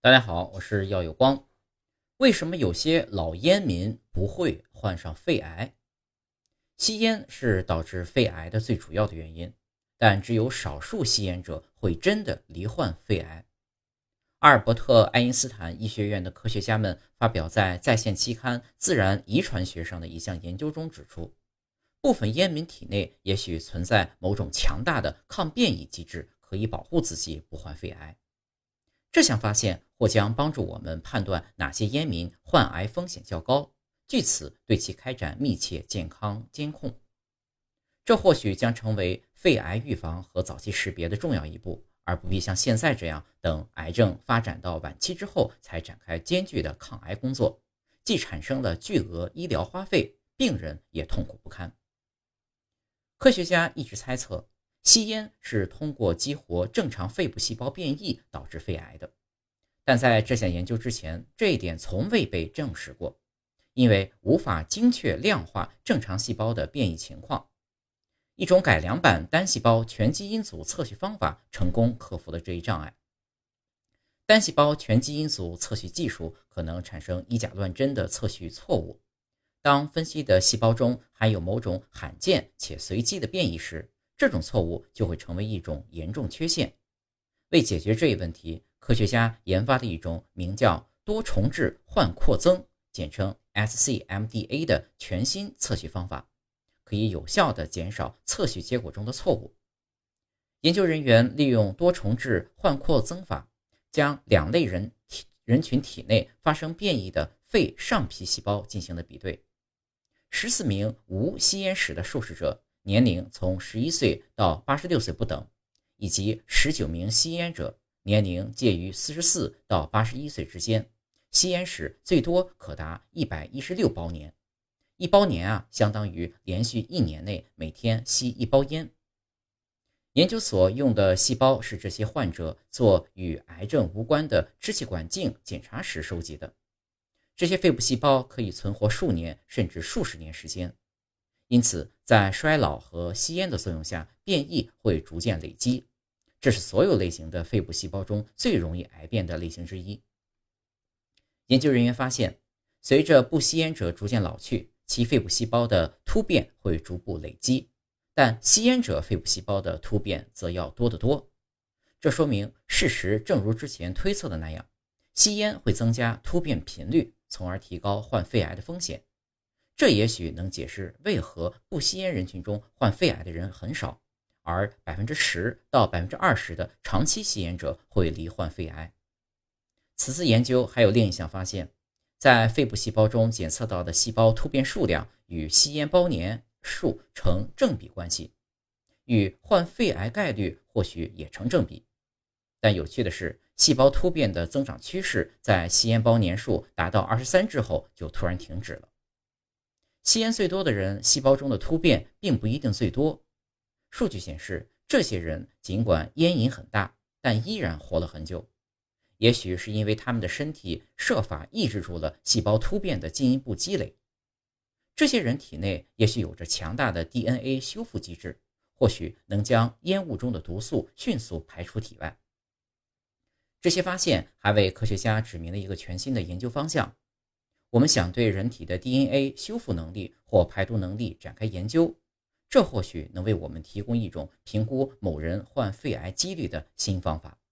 大家好，我是耀有光。为什么有些老烟民不会患上肺癌？吸烟是导致肺癌的最主要的原因，但只有少数吸烟者会真的罹患肺癌。阿尔伯特·爱因斯坦医学院的科学家们发表在在线期刊《自然遗传学》上的一项研究中指出，部分烟民体内也许存在某种强大的抗变异机制，可以保护自己不患肺癌。这项发现或将帮助我们判断哪些烟民患癌风险较高，据此对其开展密切健康监控。这或许将成为肺癌预防和早期识别的重要一步，而不必像现在这样等癌症发展到晚期之后才展开艰巨的抗癌工作，既产生了巨额医疗花费，病人也痛苦不堪。科学家一直猜测吸烟是通过激活正常肺部细胞变异导致肺癌的，但在这项研究之前，这一点从未被证实过，因为无法精确量化正常细胞的变异情况。一种改良版单细胞全基因组测序方法成功克服了这一障碍。单细胞全基因组测序技术可能产生以假乱真的测序错误，当分析的细胞中含有某种罕见且随机的变异时，这种错误就会成为一种严重缺陷。为解决这一问题，科学家研发了一种名叫多重置换扩增，简称 SCMDA 的全新测序方法，可以有效地减少测序结果中的错误。研究人员利用多重置换扩增法，将两类人群体内发生变异的肺上皮细胞进行了比对。14名无吸烟史的受试者，年龄从11岁到86岁不等，以及19名吸烟者，年龄介于44到81岁之间，吸烟史最多可达116包年。一包年相当于连续1年内每天吸1包烟。研究所用的细胞是这些患者做与癌症无关的支气管镜检查时收集的。这些肺部细胞可以存活数年甚至数十年时间，因此在衰老和吸烟的作用下，变异会逐渐累积。这是所有类型的肺部细胞中最容易癌变的类型之一。研究人员发现，随着不吸烟者逐渐老去，其肺部细胞的突变会逐步累积，但吸烟者肺部细胞的突变则要多得多。这说明事实正如之前推测的那样，吸烟会增加突变频率，从而提高患肺癌的风险。这也许能解释为何不吸烟人群中患肺癌的人很少，而 10% 到 20% 的长期吸烟者会罹患肺癌。此次研究还有另一项发现，在肺部细胞中检测到的细胞突变数量与吸烟包年数成正比关系，与患肺癌概率或许也成正比。但有趣的是，细胞突变的增长趋势在吸烟包年数达到23之后就突然停止了。吸烟最多的人，细胞中的突变并不一定最多。数据显示，这些人尽管烟瘾很大，但依然活了很久。也许是因为他们的身体设法抑制住了细胞突变的进一步积累。这些人体内也许有着强大的 DNA 修复机制，或许能将烟雾中的毒素迅速排出体外。这些发现还为科学家指明了一个全新的研究方向。我们想对人体的 DNA 修复能力或排毒能力展开研究，这或许能为我们提供一种评估某人患肺癌几率的新方法。